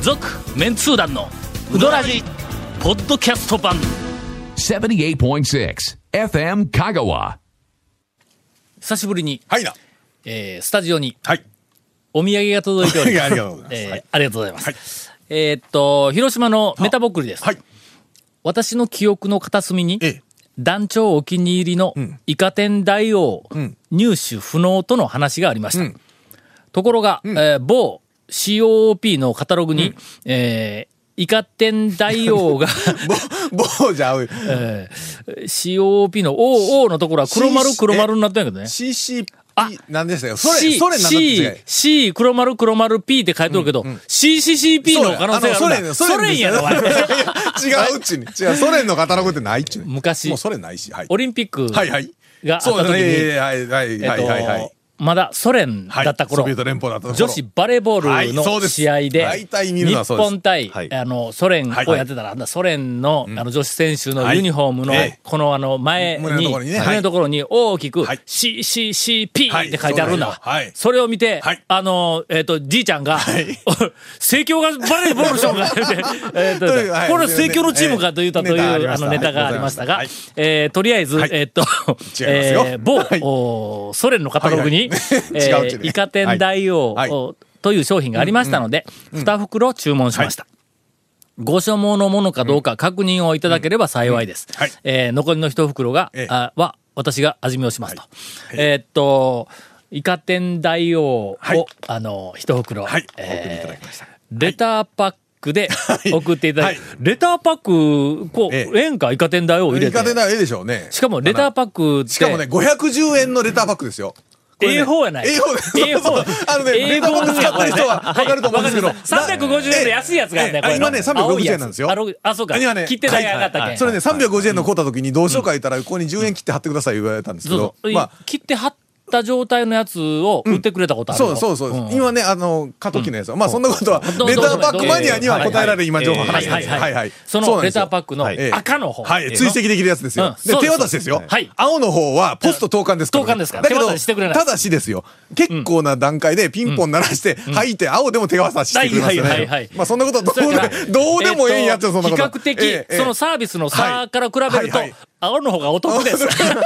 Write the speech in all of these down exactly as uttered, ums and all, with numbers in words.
続メンツー団のウドラジポッドキャスト版ななじゅうはちてんろく エフエム 香川。 久しぶりに、 はいな。 えースタジオにはい。 お土産が届いております。 ありがとうございますえーはいありがとうございます。 はいえーっと、広島のメタボックリです。 はい。 私の記憶の片隅に、 ええ。 団長お気に入りのイカ天大王、 ん入手不能との話がありました。 うんところが、えー某 シーオーオーピー のカタログに、えーイカ天大王が、 ぼ、ぼうじゃう。 えー シーオーオーピー の オーオー のところは黒丸 C- 黒丸になってんやけどね。 シーシーピー。 あなんでしたよ。それ、 C、 それなんだって違 C う。、 C、黒丸黒丸 P って書いてるけど、シーシーシーピー の可能性があるんだ。 ソ連、 ソ連やろ、お前違ううちに。違う、ソ連のカタログってないっちゅうねん。 昔もうソ連ないし。はい。 オリンピックはいはい。 があったそう時に、 だね。はいはいえっはいはいはいと。、まだソ連だった頃、 はいソビエト連邦だった頃女子バレーボールはいそうのです試合で、 大体見る日のはそうです本対、 はいあの、ソ連をやってたら、あんなソ連の、あの女子選手のユニフォームの、 はいええこのあの前に、 胸のところにね胸のところに大きく、 はいシーシーシーピー って書いてあるんだ。 はいそうですよはいそれを見て、 はいあの、えっ、と、じいちゃんが、 い盛況がバレーボールショーが、えっと、 というはいこれは盛況のチームかと言ったという、 ネタありまあの、 したネタがありましたが、 はいえーとりあえず、 はいえっ、と、 違いますよえー某、 はいおソ連のカタログに、 はいはいえ違ううちねーイカ天大王、 はいおという商品がありましたので、に袋注文しました。ご所望のものかどうか確認をいただければ幸いです。 うんはいえー残りの一袋が、 ええあは、私が味見をしますと。 はいえーっと、イカ天大王を、 はいあの、一袋、 はいえーお送りいただきましたレターパックでい送っていただいて、 はレターパック、こう、 えええんか、イカ天大王入れて。 イカ天大王ええでしょうね。 しかも、レターパックって、 しかもね、ごひゃくじゅうえんのレターパックですよ。これねエーフォー やない。 エーフォー です。 エーフォーあのね、レターパック使ってる人はわかると思うんですけど。 はいわかりましたさんびゃくごじゅうえんで安いやつがあるね、これのええ今ね、さんびゃくろくじゅうえんなんですよ。 青いやつあ、そうか。 今ね切手代が上がったけん。 それね、さんびゃくごじゅうえんの買った時にどうしようか言ったら、ここにじゅうえん切って貼ってください言われたんですけそうどそ。う。 まあ、 切って貼った状態のやつを売ってくれたことあるよそうそうそうです。今ね、あの、過渡期のやつは。まあ、そんなことは、 どうレターパックマニアにはどうぞ答えられる今情報話してます。 はいはいはいはい。 そのレターパックのそうなんですよ赤の方。 はい、追跡できるやつですよ。で、手うんそうです渡しですよ。 はい青の方はポスト投函ですから。 投函ですからだけど、 手渡ししてくれないただしですよ。結構な段階でピンポン鳴らして、入って青でも手渡ししてくれますよはいはいはいはいね。まあ、そんなことはどうそれからで、どうでもええんやっちゃう、そんなこと。 比較的、 ええええそのサービスの差から比べると、 はいはい青の方がお得です。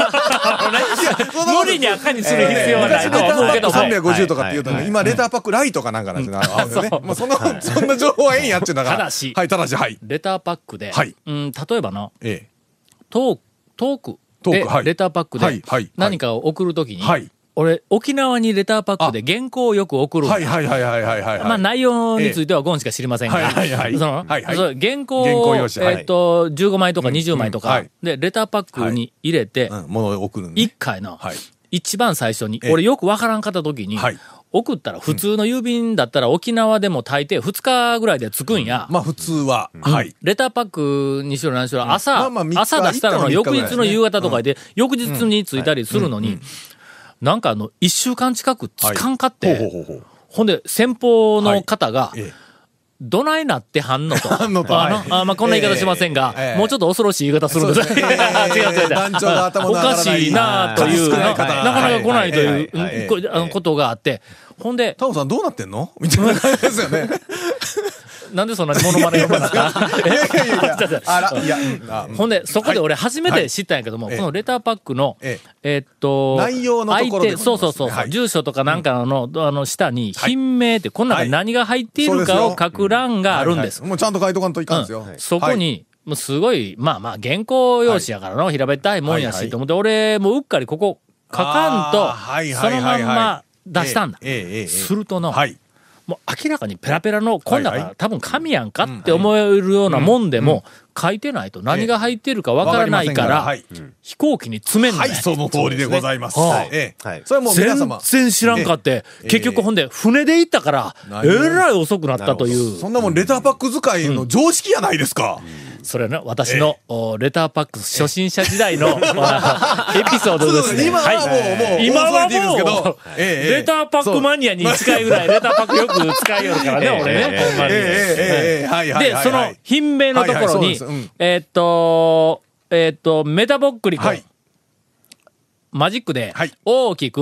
無理に赤にする必要はない昔レタと思うけども。 ーパックさんびゃくごじゅうとかって言うとね、今レターパックライトかなんかなんですよね。青でね。まあ、そんな、そんな情報はええんやっちゅうだから。 ただしはい、ただし、はい。 レターパックで、 はいうん、例えばな、 ええ。 トーク、トークで、 トークはいレターパックではいはい何かを送るときに、 はい俺、沖縄にレターパックで原稿をよく送るんだはいはいはいはいはいはい。 まあ内容についてはゴンしか知りませんが、 はいはいはいその、 はいはいそう原稿原稿を、 用紙はいえっと、じゅうごまいとかにじゅうまいとか、 うんはいで、レターパックに入れて、 うん、物を送るんで。 一回の、 はい一番最初に、 ええ俺よくわからんかった時に、 はい送ったら普通の郵便だったら沖縄でも大抵ふつかぐらいで着くんや。 まあ普通は、はい。 レターパックにしろ何しろ朝、 まあまあみっか朝出したのの行ったの翌日の夕方とかで、翌日に着いたりするのに、なんかあの、一週間近くつかんかって、 ほうほうほうほう。 ほんで、先方の方が、 ええどないなってはんのと。 はんのとあのはいあまあ、こんな言い方しませんが、 ええええもうちょっと恐ろしい言い方するんです。 そうですね違う違う違う。 団長が頭のお上がらないかしいなという、 数少ないな方なかなか来ないというはいはいはいうんこあのことがあって、ほんで、 タオさんどうなってんのみたいな感じですよね。 なんでそんなにモノマネ読まなかったいやいやいやいやちょっとあら、いや、うんあうんほんで、そこで俺初めて知ったんやけども、 はいこのレターパックの、 ええーっと、 内容のところで相手、そうそうそう、 はい住所とかなんかの、あの、下に、品名って、この中に何が入っているかを書く欄があるんです。 はいはいもうちゃんと書いとかんといかんですよ。 うんそこに、もうすごい、まあまあ、原稿用紙やからの、平べったいもんやし、 はいはいと思って、俺、もううっかりここ書かんと、 あーはいそのはいはいはいまんま出したんだ。 ええええええするとの、 はい。 もう明らかにペラペラの、こんながはいはい多分紙やんかって思えるようなもんでも、書いてないと何が入ってるかわからないから、 わかりませんから飛行機に詰めんのね。 はい、その通りでございます。 はあはいええはいそれはもう皆全様。 然知らんかって、 ええ結局ほんで、船で行ったから、 何をえらい遅くなったという。 そんなもんレターパック使いの常識やないですか。 それね、私の、おレターパック初心者時代の、あエピソードですね。 今はもう、もう、 今は放送でいいですけもどう、 ええええレターパックマニアに近いぐらい、レターパックよく使いよるからね、俺ね、ほんまに。 ええええええはいはいはいはで、 いその品名のところはいはいにそうですうん、 えーっと、えーっと、メタボックリコはい。 マジックではい大きく、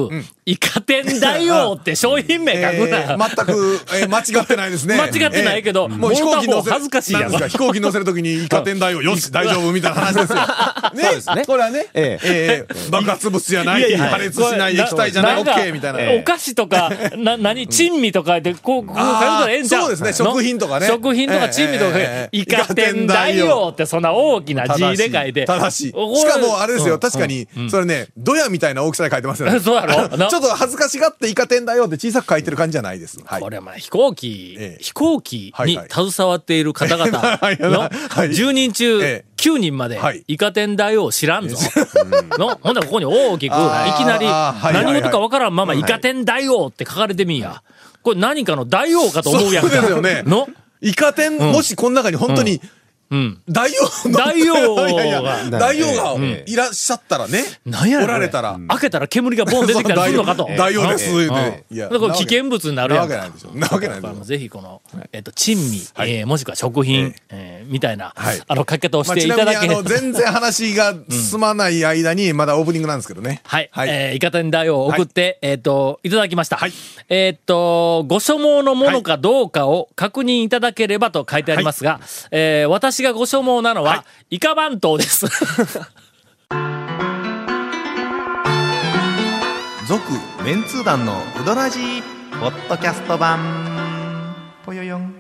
イカ天大王って商品名書くな。 えー全く、えー間違ってないですね。 間違ってないけど、 もう飛行機乗せもろた方恥ずかしいやんなんですか飛行機乗せるときにイカ天大王、よし、大丈夫みたいな話ですよ。ね。 そうですねこれはね、 ええー爆発物じゃない、 いやいや破裂しない、液体じゃない、オッケーみたいな。 お菓子とか、な、何、珍味とかで、こう、こう書いたらええんちゃう。 そうですね食品とかね食品とか珍味とかえ、えイカ天大王ってそんな大きな字で書いて。 正しい。 これしかもあれですよ、確かに、それね、ドヤみたいな大きさで書いてますよね。 そうやろなちょっと恥ずかしがってイカ天大王って小さく書いてる感じじゃないです。はい。 これまあ飛行機、 ええ飛行機にはいはい携わっている方々 はいのはいじゅうにん中ええきゅうにんまではいイカ天大王知らんぞ。のほんでここに大きくいきあーなりはいはいはい何事かわからんままイカ天大王って書かれてみんや。これ何かの大王かと思うやんか。 そうですよねのイカ天、もしこの中に本当に、 うん。 大王の大王がいやいや大王がえいらっしゃったらね、 何やねんおられたら、 開けたら煙がボン出てきたりするのかと。 大王です、 うん言うて。いやだから危険物になるやんか。 なわけないでしょ。なわけないでしょやっぱ。ぜひこの、えっと、珍味、 はいえーもしくは食品、 ええーみたいな、 はいあの、書き方をしまあ、 ていちなみに、 ただけあの、全然話が進まない間に、まだオープニングなんですけどね。 はい。 はい。 えー、イカ天大王を送って、えっ、と、いただきました。 はいえっ、と、ご所望のものかどうかを確認いただければと書いてありますが、えー私がご所望なのは、 はいイカ番頭です。 続メンツー団のウドラジーポッドキャスト版ぽよよん。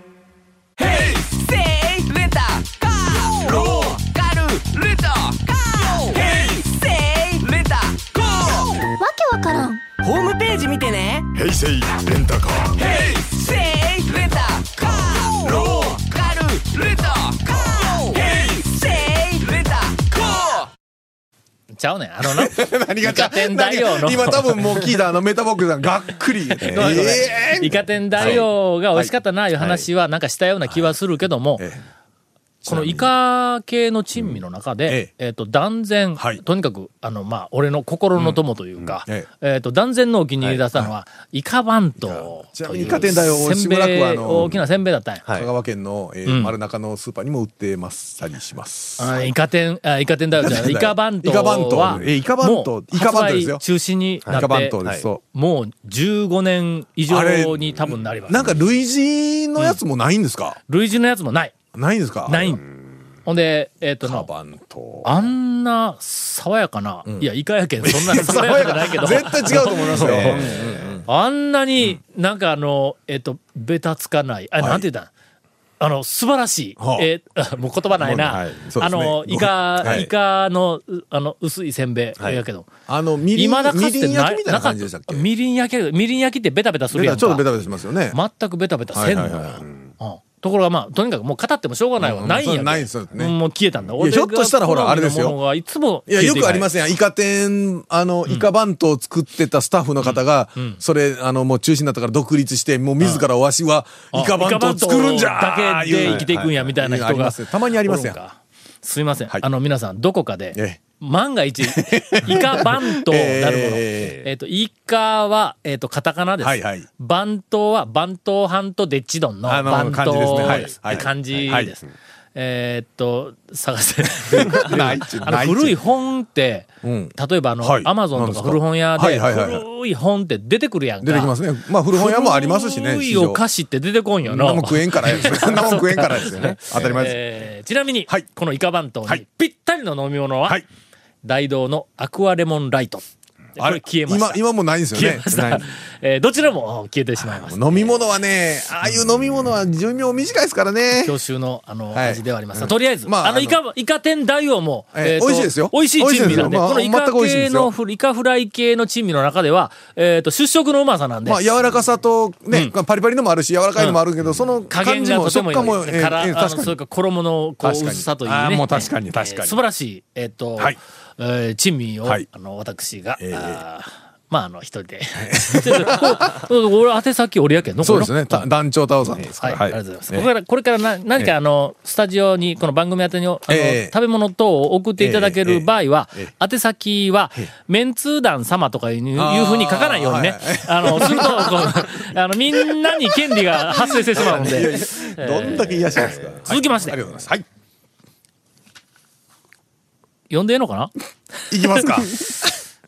わからん。 ホームページ見てね。 平成レンタカー。 ヘイセイレンタカーローカルレンタカーヘイセイレンタカー。 ちゃうねん。あのな、 何がイカ天大王の今多分もう聞いたあのメタボックスさんがっくり。えごめんごめんえーイカ天大王が美味しかったな、いう話はなんかしたような気はするけども、 ええこのイカ系の珍味の中で、えっと、断然、 はいとにかく、あの、まあ、俺の心の友というか、 うんうんえっと、断然のお気に入りだったのは、イカ番頭というちなみにイカ天大王せんしばらくべい、 はあの大きなせんべいだったんや。 はい香川県の、えーうん丸中のスーパーにも売ってますたりします。 あイカ天、あイカ天大王じゃない、イカ番頭イカ番頭は、 えイカ番頭もうイカ番頭ですよ発売中止になイカ番って、 頭です。そもうじゅうごねん以上あれに多分なりまう。 す。 なんか類似のやつもないんですか、 類似のやつもない。 ないんですかないん。ほんで、えっ、とな、 カバンと。 あんな爽やかな、いや、イカやけん、そんな爽やかじゃないけど、 絶対違うと思いますよ。 あんなになんかあの、えっ、と、ベタつかない、あ、 はいなんて言ったんあの、素晴らしい。 はあえーもう言葉ないな。 もうはいそうですねあの、イカ、 はいイカの、うあの、薄いせんべいやけど、 あの、みりん、 今だかつみりんてな焼きみたいな感じでしたっけみりん焼き、みりん焼きってベタベタするベやんか。 タちょっとベタベタしますよね。 全くベタベタせんのよ。 はいはいはいはいうんところがまあ、とにかくもう語ってもしょうがないわ。 うんないんやけど。 ないんですよねもう消えたんだ。 いやひょっとしたらほらあれですよ俺が好みのものがいつもいや、よくありす。 ますやん。イカ天、あの、イカバントを作ってたスタッフの方が、それ、あの、もう中止になったから独立して、もう自らわしは、イカバントを作るんじゃだけで生きていくんや、みたいな人が。 ありますよたまにありますやんおるかすいません。 はいあの、皆さん、どこかで、 ええ万が一、イカバントなるもの。 ええっと、イカは、えっと、カタカナです。 はいはいバントは、バントハンとデッチドンのあのバント漢字ですねはいです。 はい漢字はいです。えーっと、探せ。 ないっちゅうあの、 ないっちゅう古い本って、 うん例えばあの、 はいアマゾンとか何ですか古本屋で、 はいはいはいはい古い本って出てくるやんか。 出てきますね。まあ、古本屋もありますしね。 古い市場お菓子って出てこんよそんなな。 もん食えんからやつ。そんなもん食えんからですよね。当たり前です。 えーちなみに、 はいこのイカバントにはいぴったりの飲み物は、 はい。 大道のアクアレモンライト。これ消えました。 今、今もうないんですよね消えま。した。えーどちらも消えてしまいました。 飲み物はね、ああいう飲み物は寿命短いですからね。 教習の、あの、 はい味ではありますが、とりあえず、 まああの、イカ、イカ天大王も、 えーーと美味しいですよ美味しい珍味なんで、 美味しいですよまあこのイカ全く美味しいで系すよのフ、イカフライ系の珍味の中では、えっと、出色のうまさなんで、 まあ、柔らかさとね、パリパリのもあるし、柔らかいのもあるけど、その加減感じも、 がとてもいい。 食感も、えーから、 えーあの、 確かに。 それから衣の、こう、 確かに薄さといいね。 あーもう確かに確かにえー素晴らしい、えっと、 はいえー珍味を、 はいあの、私が、 えーあーまあ、あの、一人で。ちょっとこう俺、宛先俺やけんのそうですね。 これた団長太郎さんですかはい、 ら。 ありがとうございます。これから、これからな何かあの、スタジオに、この番組宛てに、あの、 ええ食べ物等を送っていただける場合は、 ええ宛先は、メンツー団様とかいういうあーふうに書かないようにね。あの、すると、こう、あの、みんなに権利が発生してしまうんで。 どんだけ癒しですか。 続きましてありがとうございます。はい。 読んでええのかないきますか。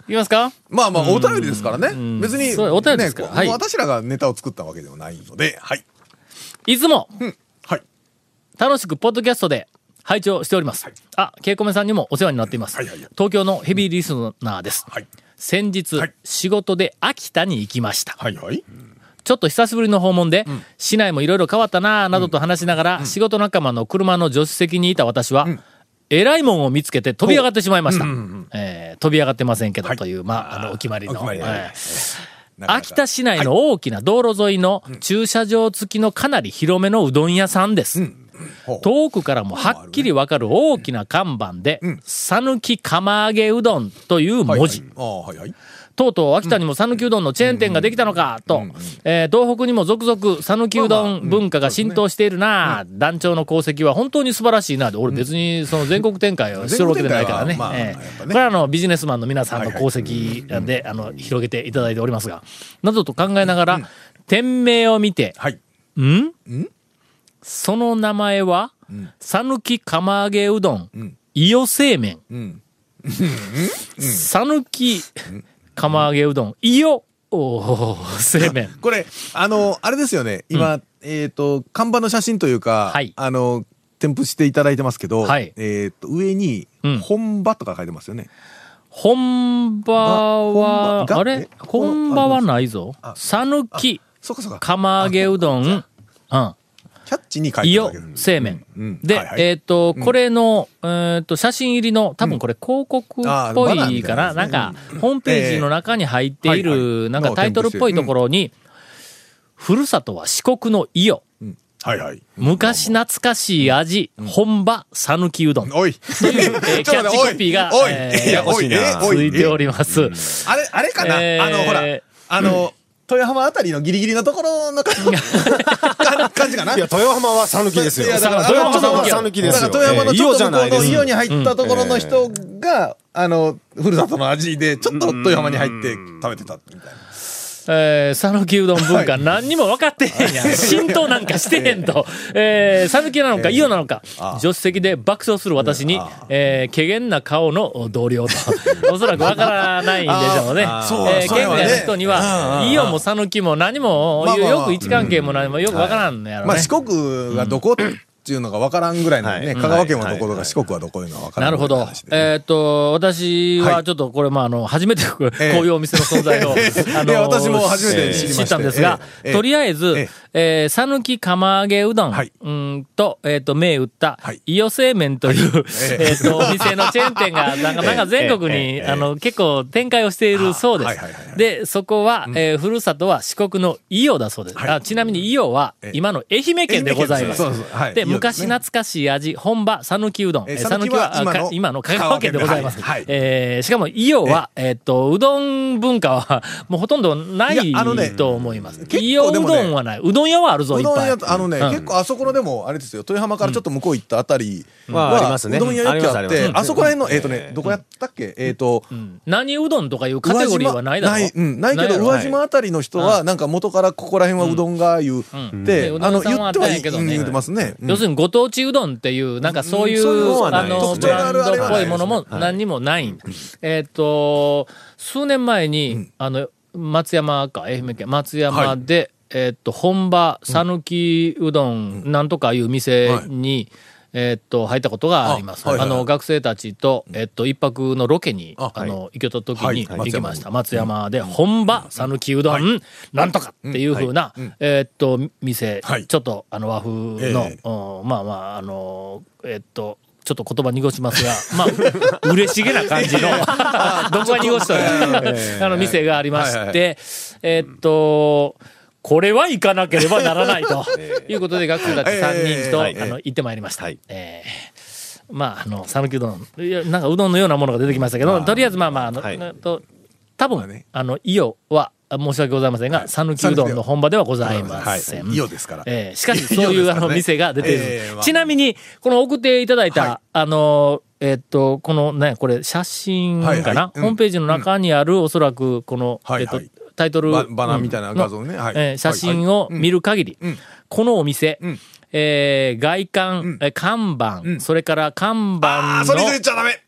いきますか。 まあまあ、お便りですからね。別に、 そうお便りですからねはい私らがネタを作ったわけではないので、はい。 いつも、 はい。 楽しくポッドキャストで拝聴しております。あ、ケイコメさんにもお世話になっています。 はいはいはい東京のヘビーリスナーです。 はい。 先日、 はい仕事で秋田に行きました。 はいはい。 ちょっと久しぶりの訪問で、市内もいろいろ変わったなぁなどと話しながら、仕事仲間の車の助手席にいた私は、えらいもんを見つけて飛び上がってしまいました。えー飛び上がってませんけど、 はいという、まあ、あの、お決まりの。 お決まりでえーなかなか秋田市内の大きな道路沿いの駐車場付きのかなり広めのうどん屋さんです。 ほう遠くからもはっきりわかる大きな看板で、さぬき釜揚げうどんという文字。 ああ、はいはい。 とうとう秋田にも讃岐うどんのチェーン店ができたのかと、えー東北にも続々讃岐うどん文化が浸透しているな、団長の功績は本当に素晴らしいなで、俺別にその全国展開をしてるわけでないからね。 全国展開はまあえーやっぱねこれはあのビジネスマンの皆さんの功績で、あの広げていただいておりますが、などと考えながら、店名を見て、 はい。 んその名前は、讃岐釜揚げうどん、伊予製麺。 うん。 讃岐釜揚げうどん、伊予おー製麺。 これ、あの、あれですよね。今、えっと、看板の写真というか、 はいあの、添付していただいてますけど、 はいえっと、上にうん、 本場とか書いてますよね。 本場は、 本場があれえ本場はないぞあ。 讃岐そうかそうか。 釜揚げうどん、うん。 キャッチに書い伊予てるだけです。 製麺。 うんで、 はいはいえっ、と、これの、えっ、と、写真入りの、多分これ広告っぽあーバナーみいかな、 たいなやつねなんか、ホームページの中に入っていえーはいる、 はいなんかタイトルっぽいところに、ふるさとは四国の伊予。 うんはいはい。 昔懐かしい味、本場讃岐うどん。 おい。 という、えーキャッチコピーが、 おい、 えーいやおい、え、おい、 ついております。 あれ、あれかな、 えーあの、ほら、あの、豊浜あたりのギリギリのところの感感じかな。 いや、豊浜は讃岐ですよ。 いやだから豊浜はあの讃岐ですよ。 だから豊浜のちょっと向こうの伊予にい。 入ったところの人が、あの、ふるさとの味で、ちょっと豊浜に入って食べてたみたいな。 えー、讃岐うどん文化何にも分かってへんやん。浸透なんかしてへんと。えー、讃岐なのか伊予なのか、助手席で爆笑する私に、えー、怪げな顔の同僚と。おそらく分からないんでしょうね。 そうえー、 それはね県外の人には、伊予も讃岐も何も、 まあまあよく位置関係も何もよく分からんのやろね。 まあ四国がどこっていうのが分からんぐらいのね、 はい香川県はどことか四国はどこいうのは分からなんるほど。えーっと、私はちょっとこれ、まあ、あの、初めてこうええいうお店の存在を、あいや私も初めて知りまして知ったんですが、 ええとりあえずえ、 えー、讃岐釜揚げうどん、 はいうんと、えーっと、銘打ったはい、 伊予製麺という、 ええーっと、お店のチェーン店が、なんか、なんか全国に、あの、結構展開をしているそうですはいはいはいは。いで、そこは、えーふるさとは四国の伊予だそうです。 はいあちなみに伊予はえ、え今の愛媛県でございます。 そうそうはいで、 伊予ですね昔懐かしい味、本場、讃岐うどん。 えー讃岐は讃岐は今のか今の香川県でございます。 はいはいえーしかも、伊予は、えーっと、うどん文化は、もうほとんどないいやあのねと思います。 結構伊予うでもねどんはない。うどん屋はあるぞ、いっぱいうどん屋。あのね、 うん結構あそこのでも、あれですよ、豊浜からちょっと向こう行ったあたりまあは、 ありますねうどん屋よくあって、 ありますありますあそこら辺の、えっとね、どこやったっけえっと、 何うどんとかいうカテゴリーはないだろない、うん、ないけど、 やろ宇和島あたりの人は、なんか元からここら辺はうどんが言って、 うんあの、 うどん屋さんはあったん言ってはいやけどね言ってますね。うん要するにご当地うどんっていう、なんかそういう、 うんそういうのはないあの、 特徴ブランドのあるあれはないっぽいものも何にもないんだ。えーっと、数年前に、あの、松山か、愛媛県松山で、えーっと、本場、讃岐うどん、なんとかいう店に、えーっと、入ったことがあります。 あはいはいはいあの、学生たちと、えーっと、一泊のロケに、 ああの、行けた時にはい行きました。松山で、本場、讃岐うどん、なんとかっていうふうな、えーっと、店はい、 ちょっと、あの、和風のええ、 うんまあまあ、あの、えーっと、ちょっと言葉濁しますが、まあ、嬉しげな感じの、どこが濁しとるあの、店がありまはいはいはして、えーっと、これは行かなければならないということで、学生たちさんにんと、 ええあの、行ってまいりました。 はいえーまあ、あの、讃岐うどん、いやなんかうどんのようなものが出てきましたけど、とりあえずまあまあ、あの、 はいえっと多分、 まあねあの、伊予は、申し訳ございませんが、讃岐うどんの本場ではございません。 伊予ですから。 えーしかし、そういう、あの、店が出ている。 ええまあちなみに、この送っていただいた、 はいあの、えっと、このね、これ、写真かな、 はいはいうんホームページの中にある、おそらく、この、えっとはいはい、 タイトルババナーみたいな画像ねのはいえー写真を見る限り、 うんこのお店、 んえー外観、 んえー看板、 んそれから看板ああ、 のそれ以上言っちゃダメ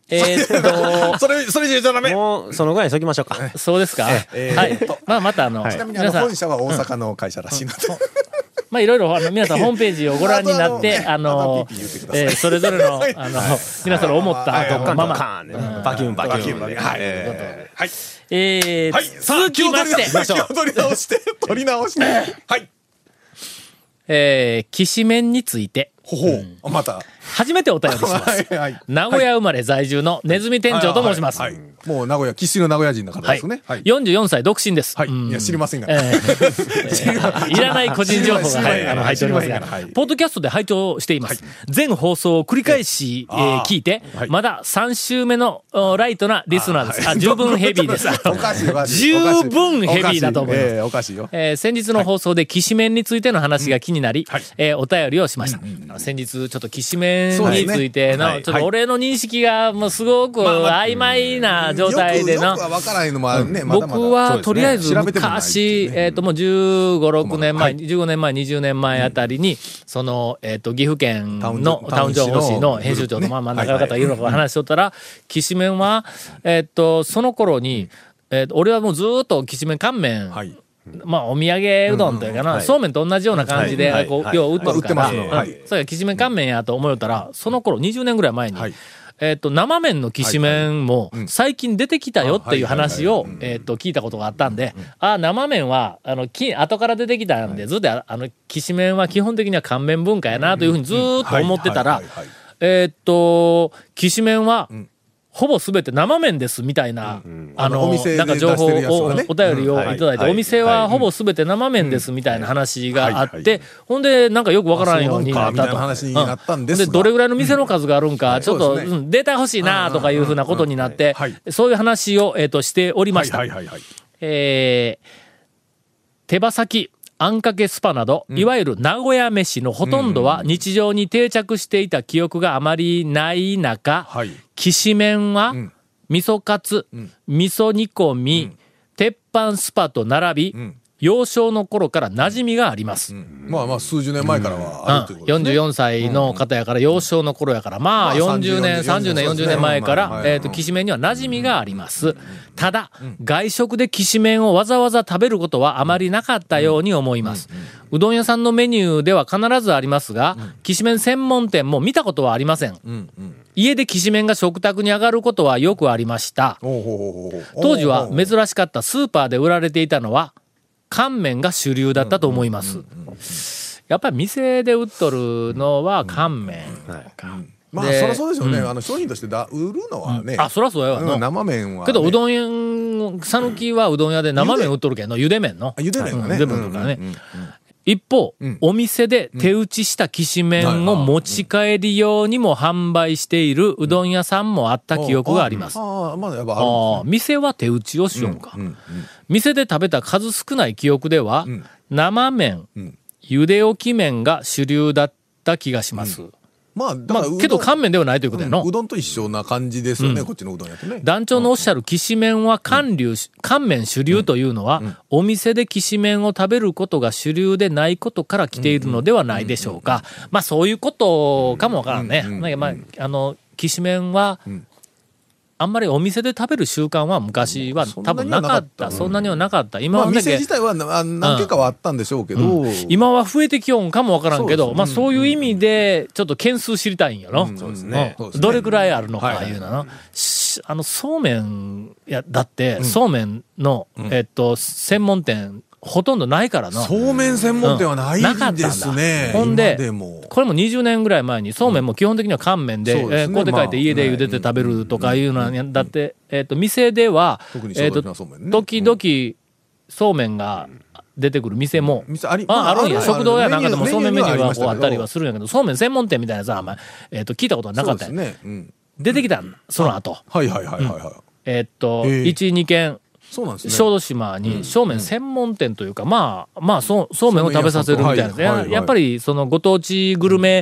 えーっと、 それ、それじゃダメ。 もう、そのぐらいにしときましょうか。 そうですか。 えーはい。まあ、またあの、 ちなみにあの皆さん本、社は大阪の会社らしいので。 まあ、いろいろ、あの、皆さんホームページをご覧になって、ああとあののね、ピーピー言ってくださいえーそれぞれの、あの、皆さんの思ったはいドッカンドッまま、 カンでバキュンバキュンで。 はい。 えはい。 えーはい。 続きまして、 さあ気を取り直して、取り直して。はい。 えー、きしめんについて、 ほほう。あまた。 初めてお便りします。 はいはい。 名古屋生まれ在住のネズミ店長と申します。 はいはいもう名古屋、生粋の名古屋人の方はいですね。はい。 よんじゅうよんさい独身です。 はい。 うんいや、知りませんが。 えーいらない個人情報が、 知りませんはいあの入っておりますが、 はいポッドキャストで拝聴しています。全放送を繰り返し、えーあー聞いて、 はいまださん週目のおライトなリスナーです。あ、十分ヘビーです。 おかしいおかしい。 十分ヘビーだと思います。 ええおかしいよ。 えー先日の放送できしめんについての話が気になり、 はいえーお便りをしました。あの先日ちょっときしめんにそうですねついての、 はいちょっと俺の認識がもうすごく曖昧な状態でのよく、よくは分からないのもあるね。まだまだ僕はとりあえず調べてもないってい昔、 うねえっともうじゅうご、ろくねんまえ、 はじゅうごねんまえ、にじゅうねんまえあたりに、その、えっと、岐阜県タウンのタウン情報誌の編集長と、まあまあ仲良かったいろいろ話しとったら、きしめんは、えっと、その頃に、えっと、俺はもうずーっときしめん乾麺、 はい。 まあ、お土産うどんというかな、そうめんと同じような感じで、こう、よう売っとるから、 まあ売ってますねはいうんそれがきしめん乾麺やと思うたら、その頃にじゅうねんぐらい前に、 はいえっと、生麺のきしめんも最近出てきたよっていう話をはいはい、 えっと、聞いたことがあったんで、あ、生麺は、あの、き、後から出てきたんで、ずっと、あの、きしめんは基本的には乾麺文化やなというふうにずーっと思ってたらはいはいはいはい、 えっと、きしめんは、ほぼすべて生麺ですみたいな、ああのの、 お店でなんか情報出してるやつを、 はねお便りをいただいて、 うんお店はほぼすべて生麺ですみたいな話があっはいはいて、ほんで、なんかよくわからんようになったと。 あそうなんかみたいな話になったんですがうで、どれぐらいの店の数があるんか、ちょっと、 そうですねうんデータ欲しいなとかいうふうなことになってはいは、 そういう話を、えっと、しておりまはいした。 はいはいはい。 えー手羽先、あんかけスパなど、いわゆる名古屋飯のほとんどは日常に定着していた記憶があまりない中、 はいきしめんは、 ん味噌カツ、味噌煮込み、鉄板スパと並び、 ん幼少の頃から馴染みがあります。 まあまあ、数十年前からはあるということですね。 よんじゅうよんさいの方やから、幼少の頃やから、まあ、 まあよんじゅうねん、 さんじゅうさんじゅうねん、よんじゅうねんまえからは、いえっと、きしめんには馴染みがあります。ただ、外食できしめんをわざわざ食べることはあまりなかったように思います。うどん屋さんのメニューでは必ずありますが、きしめん専門店も見たことはありません。家できしめんが食卓に上がることはよくありました。 ほうほうほうほうほう当時は珍しかったスーパーで売られていたのは、乾麺が主流だったと思います。やっぱり店で売っとるのは乾麺か。 まあ、 でそりゃそうですよね。あの、商品としてだ売るのはね。 あ、そらそうやわうんな。 生麺はね。 けど、うどん屋、讃岐はうどん屋で生麺売っとるけど、ゆで麺の。 あゆで麺がねうんゆで麺とかねうんうんうん。 一方、 んお店で手打ちしたきしめんを持ち帰り用にも販売しているうどん屋さんもあった記憶があります。 ああ、まだやっぱあるんああ、店は手打ちをしようか。店で食べた数少ない記憶では、 ん生麺、 ん茹で置き麺が主流だった気がします。 まあ、だまあからうどん、 けど乾麺ではないということやの。 うんうどんと一緒な感じですよね、こっちのうどんやとね。 団長のおっしゃるきしめんは乾流、乾麺主流というのは、お店できしめんを食べることが主流でないことから来ているのではないでしょうか。まあそういうことかもわからんね。なんかまあ、あの、きしめんは、あんまりお店で食べる習慣は昔は多分なかった。そんなにはなかった。今まあ、 はだけ店自体はなあ何件かはあったんでしょうけど。 今は増えてきよんかもわからんけど、 そうですまあそういう意味で、ちょっと件数知りたいんやろ。 そうですねうんどれくらいあるのかはいいうのな。しあの、そうめん、いや、だって、そうめんの、えっと、専門店、ほとんどないからな。 そうめん専門店はないなかったんだですね。 ほんで今でも。 これもにじゅうねんぐらい前に、そうめんも基本的には乾麺で、 そうですねえーこうで書いてまあ家で茹でて食べるとかいうのは、だって、えっと、店では、 特にえっと小豆のそうめんね、 時々、そうめんが出てくる店も、 店ありあ、あるんや。 あ食堂やなんかでもそうめんメニューはこうあったりはすするんやけど、そうめん専門店みたいなさ、まあえっと、聞いたことはなかったんや。 ね。うん出てきたんその後。 はいはいはいはいはい。 えっと、 へえいち、にけん、 そうなんですね。 小豆島にそうめん専門店というか、まあ、まあ、そう、そうめんを食べさせるみたいなね。 はいはいはいやっぱり、そのご当地グルメ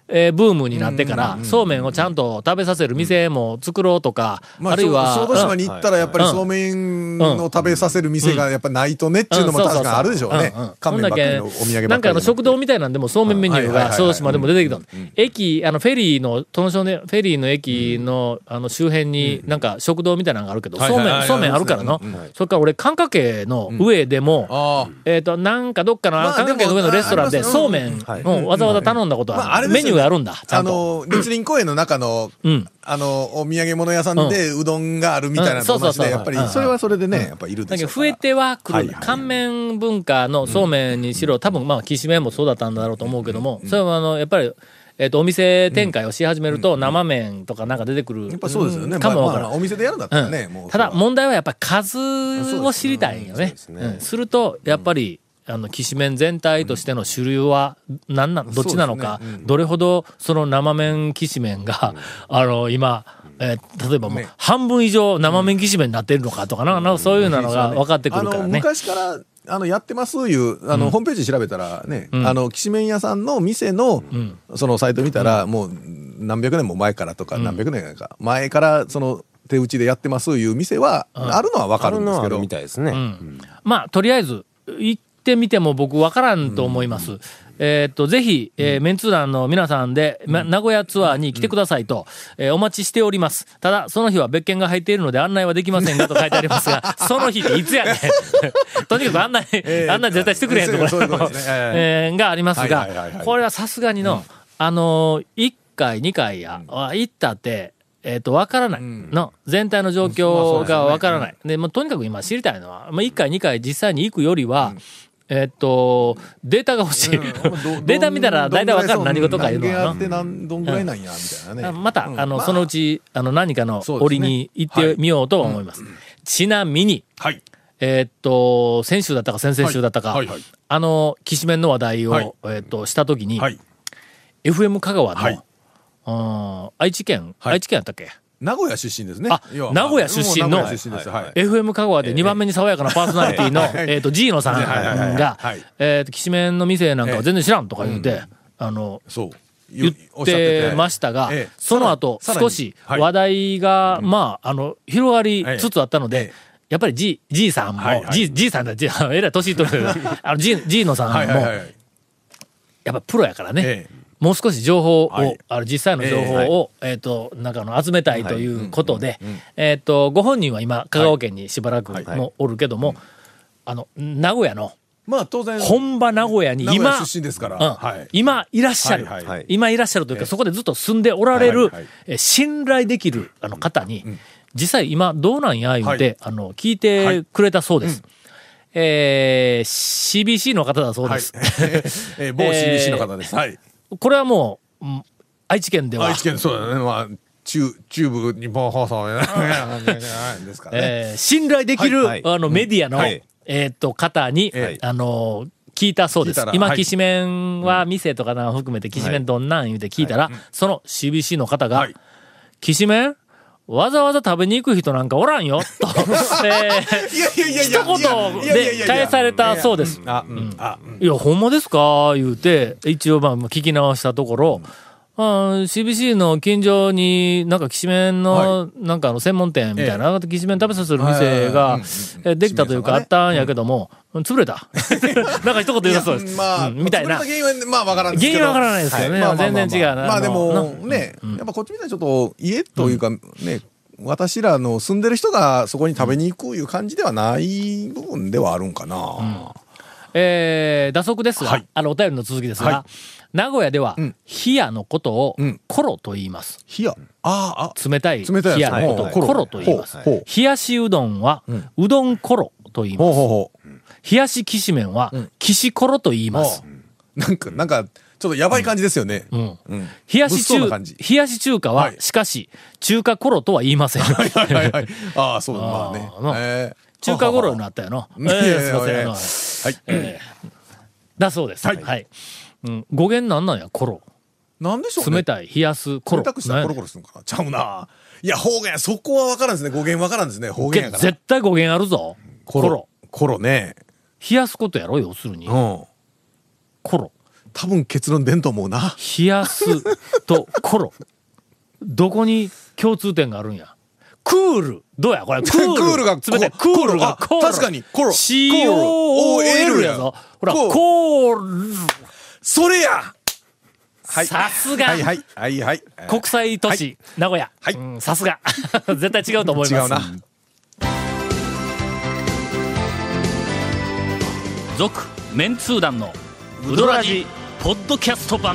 えー、ブームになってから、そうめんをちゃんと食べさせる店も作ろうとか、 まあ、 あるいは、 小豆島に行ったらやっぱりそうめんを食べさせる店がやっぱないとねっていうのも確かにあるでしょうね。乾麺ばっかりのお土産ばっかり。 なんかあの食堂みたいなんでもそうめんメニューが小豆島でも出てきた。駅、あのフェリーの、殿少年、フェリーの駅のあの周辺になんか食堂みたいなのがあるけど、そうめん、そうめんあるからの。それから俺、寒華渓の上でも、えっと、なんかどっかの寒華渓の上のレストランでそうめんをわざわざ頼んだことは、メニューがあるんだ。 あの、栗林公園の中の、あの、お土産物屋さんでうどんがあるみたいなのと同じで、やっぱり、それはそれでね、やっぱいるでしょうから。 だけど増えてはくる。乾麺文化のそうめんにしろ、多分まあ、きしめんもそうだったんだろうと思うけども、それはあの、やっぱり、えっと、お店展開をし始めると、生麺とかなんか出てくる。 やっぱそうですよね。 かもわからん。 お店でやるんだったらね、もう。 ただ、問題はやっぱり数を知りたいんよね。すると、やっぱり、あの、きしめん全体としての主流は何な、どっちなのか、どれほどその生麺きしめんが、あの、今、えー、例えばもう半分以上生麺きしめんになってるのかとかな、なんかそういうのが分かってくるからね。 昔からあのやってますいうあの、うん、ホームページ調べたらね、うん、あのきしめん屋さんの店の、うん、そのサイト見たら、うん、もう何百年も前からとか、うん、何百年か前からその手打ちでやってますいう店は、うん、あるのは分かるんですけど、 みたいですね。うんうんまあとりあえず行ってみても僕分からんと思います。うんえー、っと、ぜひ、えー、メンツー団の皆さんで、ま、名古屋ツアーに来てくださいと、えー、お待ちしております。ただ、その日は別件が入っているので案内はできませんがと書いてありますが、その日っていつやねん。とにかく案内、えー、案内絶対してくれへんところ、えー、がありますが、これはさすがにの、うん、あのー、いっかい、にかいや、うん、行ったって、えっと、わからないの、うん、全体の状況がわからない。で、もうとにかく今知りたいのは、まあ、いっかい、にかい実際に行くよりは、うんえっと、データが欲しい。うん、データ見たら大体わかる何事かいうのはな。何どんぐらいなんや、みたいなね。 また、うん、あの、まあ、そのうち、あの、何かの折に行ってみようと思います。はい、ちなみに、はい、えっと、先週だったか先々週だったか、はいはいはい、あの、きしめんの話題を、はい、えっと、したときに、はい、エフエム 香川の、はい、うん愛知県、はい、愛知県やったっけ名古屋出身ですね。 あ、名古屋出身の エフエム 香川でにばんめに爽やかなパーソナリティのえっとジーノさんがえっときしめんの店なんかは全然知らんとか言うてあの言ってましたが、その後少し話題がまああの広がりつつあったので。やっぱり G、G さんも、G、G さんだ、G、えらい年いっとるけど、あの G、G のさんも、やっぱプロやからね。もう少し情報を、はい、あの実際の情報を、えーはい、えっ、ー、と、なんかの集めたいということで、はいうんうん、えっ、ー、と、ご本人は今、香川県にしばらくもおるけども、はいはい、あの、名古屋の、 まあ当然、 本場名古屋に今、 名古屋出身ですから、うんはい、今いらっしゃる、はいはい、今いらっしゃるというか、えー、そこでずっと住んでおられる、はいはいはい、信頼できるあの方に、うん、実際今どうなんや言うて、はい、あの、聞いてくれたそうです。はいうんえー、シービーシー の方だそうです。はいえー、某 シービーシー の方です。はい。 これはもう、愛知県では。 愛知県、そうだね。まあ、中、中部日本放送ですからね。 えー、信頼できる、はい、あの、メディアの、はい、えー、っと、方に、はい、あの、聞いたそうです。今、はい、きしめんは店とかな含めて、きしめんどんなん言うて聞いたら、はい、その シービーシー の方が、はい、きしめんわざわざ食べに行く人なんかおらんよ、と、えー、一言で返されたそうです。あ、うん。あ、いや、ほんまですか言うて、一応まあ聞き直したところ、うん、シービーシー の近所になんかきしめんの、なんかあの専門店みたいな、きしめん食べさせる店ができたというかあったんやけども、潰れた。なんか一言言うたそうです。 まあ、みたいな。原因はまあわからないですけど。 原因はわからないですけどね。全然違うな。 まあでもね、やっぱこっちみたいにちょっと家というかね、私らの住んでる人がそこに食べに行くいう感じではない部分ではあるんかな。うん、 えー、打足ですが、はい、あのお便りの続きですが、はい、名古屋では、うん、冷やのことを、うん、コロと言います。 冷やああ冷たい冷やのことをコロと言います。冷やしうどんは、うん、うどんコロと言います。ほうほうほう冷やしきしめんは、うん、きしコロと言います。 なんか、なんか、ちょっとやばい感じですよね。 うんうん、冷やし中、冷やし中華は、はい、しかし、中華コロとは言いません。はいはいはい、はい。ああ、そうだ、まあね。えー、中華コロになったよな。えー、すいません。はい。えー、だそうです。はい。はい、うん。語源なんなんや、コロ。 なんでしょうね。 冷たい、冷やす、コロ。 冷たくしたらコロコロするのかな。ちゃうな。いや、方言、そこはわからんですね。語源わからんですね。方言やから。 絶対語源あるぞ。コロ。 コロね。 冷やすことやろ、要するに。うん。コロ。 多分結論出んと思うな。 冷やすとコロ。どこに共通点があるんや。クール。どうやこれ。クール。 クールが冷たい。クールがコール。 確かにコロ。 シーオーエル やぞ。ほら、コール。 それや。はい。 さすが。 はいはいはいはい。 国際都市、名古屋。 はいうん、さすが。絶対違うと思います。 違うな。 続メンツー団のウドラジポッドキャスト版。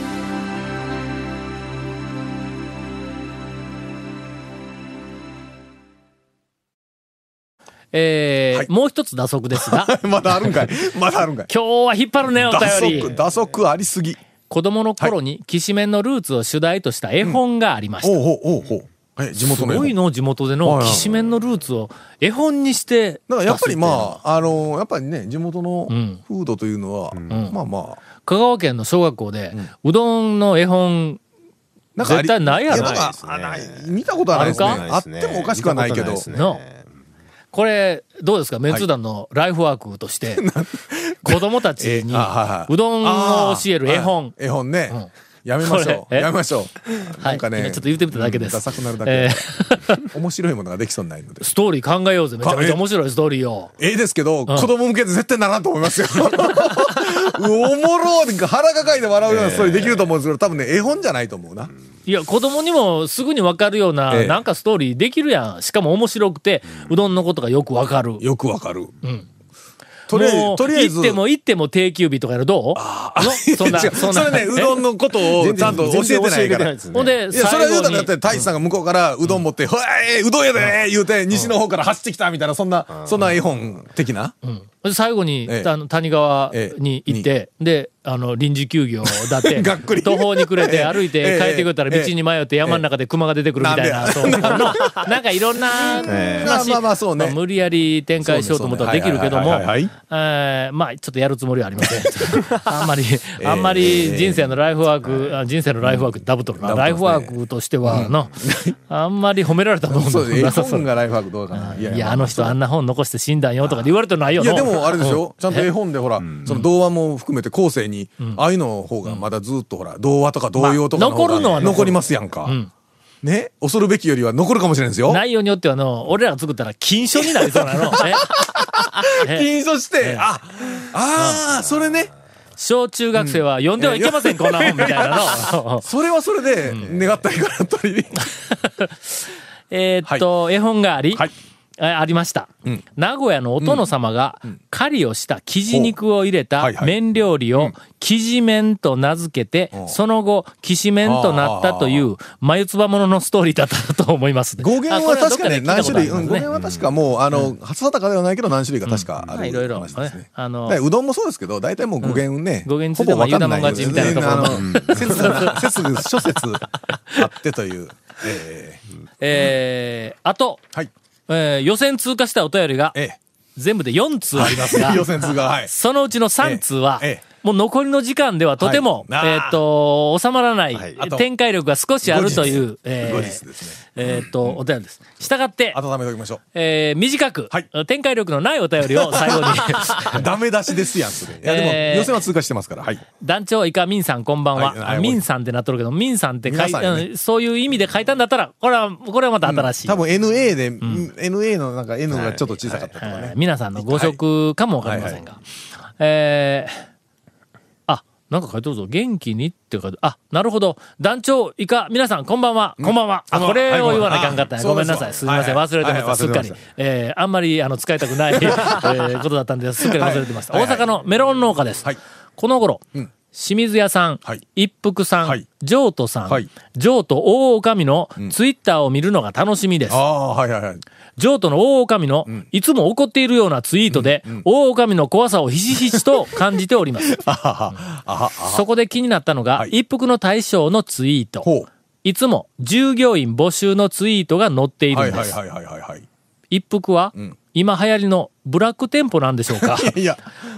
えーはいもう一つ打足ですがまだあるんかい。まだあるんかい。 今日は引っ張るねお打便り。 足打足ありすぎ。 子供の頃にきしめんのルーツを主題とした絵本がありました。 おうおうおうおう。え地元の絵本すごいの地元でのはいはいきしめんのルーツを絵本にしてだからやっぱりあまああのやっぱりね地元のんフードというのは、まあまあ香川県の小学校で、うどんの絵本なんかあり絶対ないやろいなんかあない見たことはないですね。 あるあってもおかしくはないけど。 のこれどうですかメンツー団のライフワークとして、子供たちにえあはいはいうどんを教える絵本、 はい絵本ね、 んやめましょうこれえやめましょう。 はないんかね今ちょっと言ってみただけです。 ダサくなるだけ、 え面白いものができそうにないのでーストーリー考えようぜ。めちゃめちゃ面白いストーリーを。 ええですけど、子供向けで絶対ならんと思いますよ。おもろー腹抱えて笑うようなストーリーできると思うんですけど、多分ね絵本じゃないと思うな。 いや、子供にもすぐに分かるような、 ええなんかストーリーできるやん。しかも面白くて、うどんのことがよく分かる。 よくわかる。 んとりあえもうずとりあえず行っても行っても定休日とかやるどうのそんな、 違うそんな。 それねうどんのことをちゃんと教えてないから。 ほんで、 いや、それは言うたらだ最後にって、太一さんが向こうからうどん持って、ほえー、うどんやで言うて、西の方から走ってきたみたいな、そんな、そんな絵本的な。 で最後に、 ええあの谷川に行って、で、あの、臨時休業だって、 がっくり途方に暮れて歩いてええ帰ってくれたらええ道に迷って山の中で熊が出てくるみたいな、 なんでそうのなんかいろんなええ話、 まあまあそうねまあ無理やり展開しようと思ったらできるけどもそうねそうねはいはいはい、 えーまあちょっとやるつもりはありません。あんまり、あんまり人生のライフワーク、あ人生のライフワークってダブっとるな。ライフワークとしてはの、あんまり褒められたもんそうです。絵なさそう本がライフワークどうかな。いいや、あの人あんな本残して死んだんよとかで言われてないよいや、 のでもあれでしょちゃんと絵本でほら、その童話も含めて後世に、ああいうの方がまだずっとほら、童話とか童謡とかの方まあ残るのは残るが残りますやんかん。 ね恐るべきよりは残るかもしれないですよ。 内容によってはの、俺らが作ったら禁書になりそうなの。ええ禁書して、あ、ああ、それね。 小中学生は読んではいけません、こんな本みたいなの。 それはそれで、願ったらいいかなという。 えーっと、絵本があり、 はいあありました、 ん名古屋のお殿様が狩りをした生地肉を入れたはいはい麺料理を生地麺と名付けて、その後、きし麺となったという眉唾もののストーリーだったと思います。 語源は確かね、何種類、うん、語ね源は確かもう、あの、初定かではないけど何種類か確かあるまあいろいろ話ですねね。あのだからうどんもそうですけど、大体もう語源ね、 語源についてはほぼ分かんない言うたもん勝ちみたいなところもあの説が、説が諸説あってという。ええー、あと、 ーはい。 えー予選通過したお便りがえ全部でよん通ありますがえ。、予選通が、はい。 そのうちのさん通はええええ、 もう残りの時間ではとても、 はいあーえーっと、収まらないはいあと展開力が少しあるという、え後ー日ですね。 えーっと、お便りです。したがって、 温めておきましょえー短くはい、 展開力のないお便りを最後に、 う。ダメ出しですやん、それ。いや、でえーも、予選は通過してますから、はい。 団長以下ミンさんこんばんは。 はいはいあミンさんってなっとるけど、ミンさんって書い皆さんよねうんそういう意味で書いたんだったら、これは、これはまた新しい。 多分 エヌエー で、エヌエー のなんか N がちょっと小さかったとかはいね。 皆さんのご職かもわかりませんが。えーあ、なんか書いてるぞ。元気にって書いてあ、なるほど。団長以下、皆さん、こんばんは。こんばんは。あ、これを言わなきゃいかんかったね。 はいごめんなさい。すみません。 はい忘れてました。 はいすっかり忘れてまし。 えーあんまり、あの、使いたくない、えーことだったんで、すっかり忘れてました。 はい大阪のメロン農家ですはい。 この頃ん、 清水屋さんはい、 一服さんはい、 譲渡さはいん、譲渡大女将のツイッターを見るのが楽しみですあ。あ、はいはいはい。 譲渡の大女将のいつも怒っているようなツイートで、大女将の怖さをひしひしと感じております。 あはは、あは、 そこで気になったのが、 はい一服の大将のツイート。 ほう。 いつも従業員募集のツイートが載っているんです。 はいはいはいはいはいはい。 一服は、 ん今流行りのブラック店舗なんでしょうか。 いや、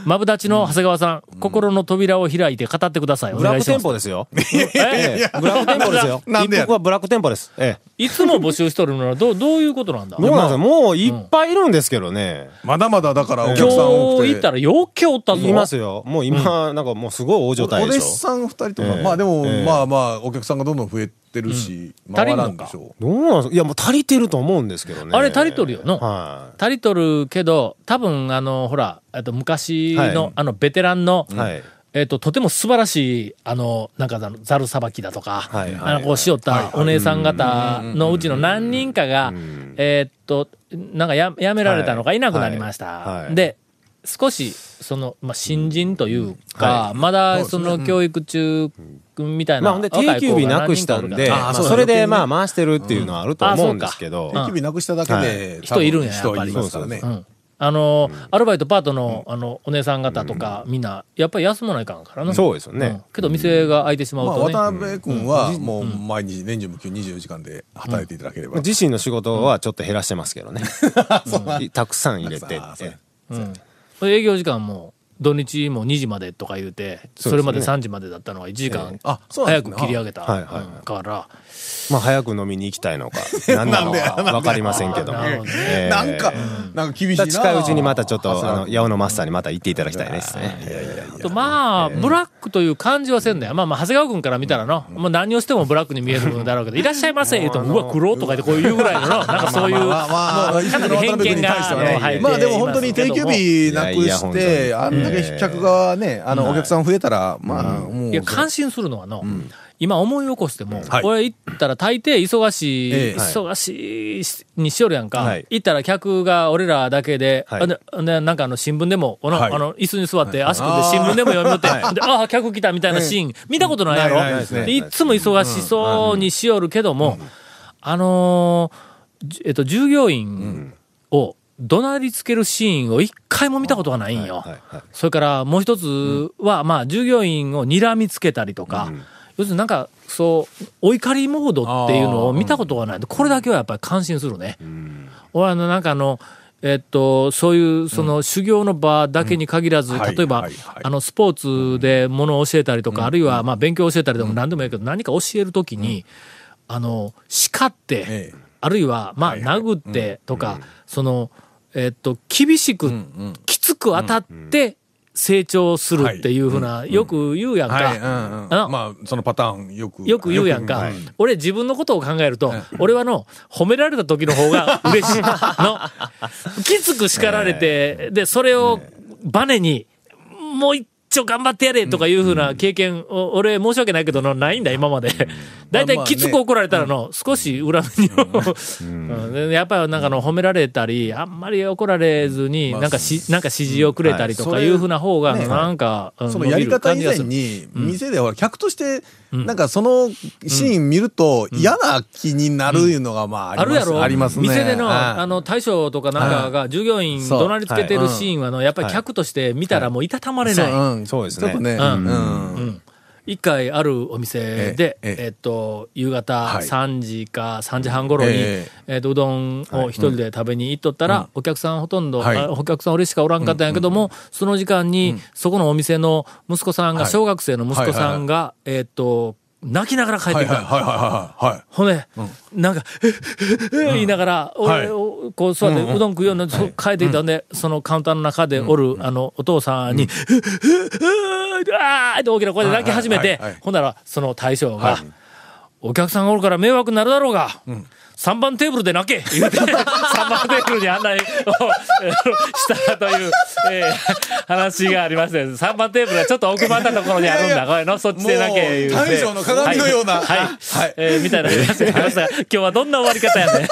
マブダチの長谷川さん、心の扉を開いて語ってください。おブラックテン願いします。 ポですよ。 えブラックテンポですよ。 なんでや一服はブラックテンポです。ええ。 いつも募集しとるのはどう、どういうことなんだ。 そうなんですよ。もういっぱいいるんですけどね。 まだまだだからお今客さん多くて。 日行ったらよっけおったぞ。 言いますよ。もう今、なんかもうすごい大所帯お弟でしょ。 子さんふたりとか、 ええまあでも、 ええまあまあ、お客さんがどんどん増えてるし、回らんでしょう。 どうなんですか。いや、もう足りてると思うんですけどね。 あれ足りとるよの。 は足りとるけど、多分あの、ほら、えっと昔の、 はいあの、ベテランの、 い。はい。 えっと、とても素晴らしい、あの、なんかあの、ザルさばきだとか、 はいはいあの、こうしよったお姉さん方のうちの何人かが、えっと、なんかや、やめられたのかいなくなりました。 はいはいで、少し、その、まあ、新人というか、 はまだ、その、教育中みたいな。 まあ、ほんで、定休日なくしたんで、まあそれで、まあ、回してるっていうのはあると思うんですけど。 定休日なくしただけで、 人いるんや多分やっぱり人いますからね。 うんあの、アルバイトパートの、あの、お姉さん方とか、みんな、やっぱり休まないかんからな。 そうですよねうん。けど、店が開いてしまうまあ、 とね。 渡辺君は、もう、毎日、年中無休にじゅうよじかんで働いていただければ。 自身の仕事はちょっと減らしてますけどね。うんたくさん入れてあ。そうえうん営業時間も、土日もにじまでとか言うて、 そうですねそれまでさんじまでだったのがいちじかんあそうなん早ですねく切り上げたはいはいはいうんから、 まあ、早く飲みに行きたいのか、何なのかわかりませんけども。 なるほどねえーなんか、なんか厳しいな。 近いうちにまたちょっと、あの、八尾のマスターにまた行っていただきたいですね。 とまあ、ブラックという感じはせんだよ。まあまあ、長谷川君から見たらの、もう何をしてもブラックに見えるんだろうけど、いらっしゃいませ言うと、うわ、黒とか言ってこういうぐらいのの、なんかそういう、もうまあまあ、 かなり偏見が渡辺君に対してはね入っていまあでも本当に定休日なくいやいや本当して、 にあんだけ客がね、あの、お客さん増えたら、まあ、もう。 いや、感心するのはの、今思い起こしても、 はい俺行ったら大抵忙しい、 ええ忙しいにしよるやんか。 はい行ったら客が俺らだけで、 はいででなんかあの新聞でも、この、 はいあの、椅子に座って足組んで新聞でも読みよって、でああ、客来たみたいなシーン、見たことないやろ、 ないないですねでいっつも忙しそうにしよるけども、あのーじえっと、従業員を怒鳴りつけるシーンを一回も見たことがないんよ。 はいはいそれからもう一つは、まあ、従業員を睨みつけたりとか、要するになんか、そう、お怒りモードっていうのを見たことがない。これだけはやっぱり感心するね。俺あの、なんかあの、えっと、そういう、その、修行の場だけに限らず、 うんはい例えば、 はいはいあの、スポーツでものを教えたりとか、あるいは、まあ、勉強を教えたりでも何でもいいけど、何か教えるときに、あの、叱って、 ええあるいは、まあ、 はいはい殴ってとか、その、えっと、厳しく、きつく当たって、成長するっていうふうな、よく言うやんか。 はい、うんうん。 あのまあ、そのパターンよく。 よく言うやんか。 はい俺自分のことを考えると、俺はの、褒められた時の方が嬉しい。の、きつく叱られて、で、それをバネに、もう一丁頑張ってやれとかいうふうな経験を、俺申し訳ないけどの、ないんだ、今まで。だいたいきつく怒られたらの、少し裏目にも、うんでやっぱりなんかの褒められたり、あんまり怒られずに、なんかし、なんか指示をくれたりとかいうふうな方が、 ねなんか、うんそのやり方以前伸びる感じがするに、店でほら、客として、なんかそのシーン見ると嫌な気になるいうのが、まあ、 あるやろありますね。 店での、 はいあの、大将とかなんかが従業員そう怒鳴りつけてるシーンはの、やっぱり客として見たらもういたたまれない。 そううんそうですねちょっとね。 うんうん一回あるお店で、 ええええっと、夕方はいさんじかさんじはん頃に、 ええっと、うどんを一人で食べに行っとったら、お客さんほとんど、 はいあお客さん俺しかおらんかったんやけども、その時間に、そこのお店の息子さんが、 はい小学生の息子さんが、えっと、泣きながら帰ってきた。 はいはいはいはいはい。 ほんで、なんか、えっえっ言いながら、 はい俺を、こう座って、うどん食うようにそう帰ってきたんで、そのカウンターの中でおる、あの、お父さんに、あーって大きな声で泣き始めてはいはいはいはい、 ほんなら、その大将が、お客さんがおるから迷惑になるだろうが、さんばんテーブルで泣け言うて、さんばんテーブルに案内をしたという、えー話がありまして、さんばんテーブルはちょっと奥まったところにあるんだ、これの、そっちで泣け言うて。 もう大将の鏡のようなはい。はいはいえーみたいな話がありましたが、今日はどんな終わり方やねん。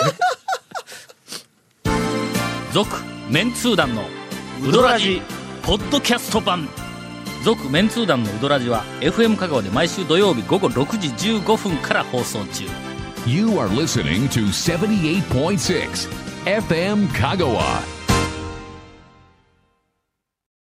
続、メンツー団のウドラジ、ポッドキャスト版。続、メンツー団のウドラジは、エフエム 香川で毎週土曜日午後ろくじじゅうごふんから放送中。 You are listening to seventy-eight point six F M Kagawa.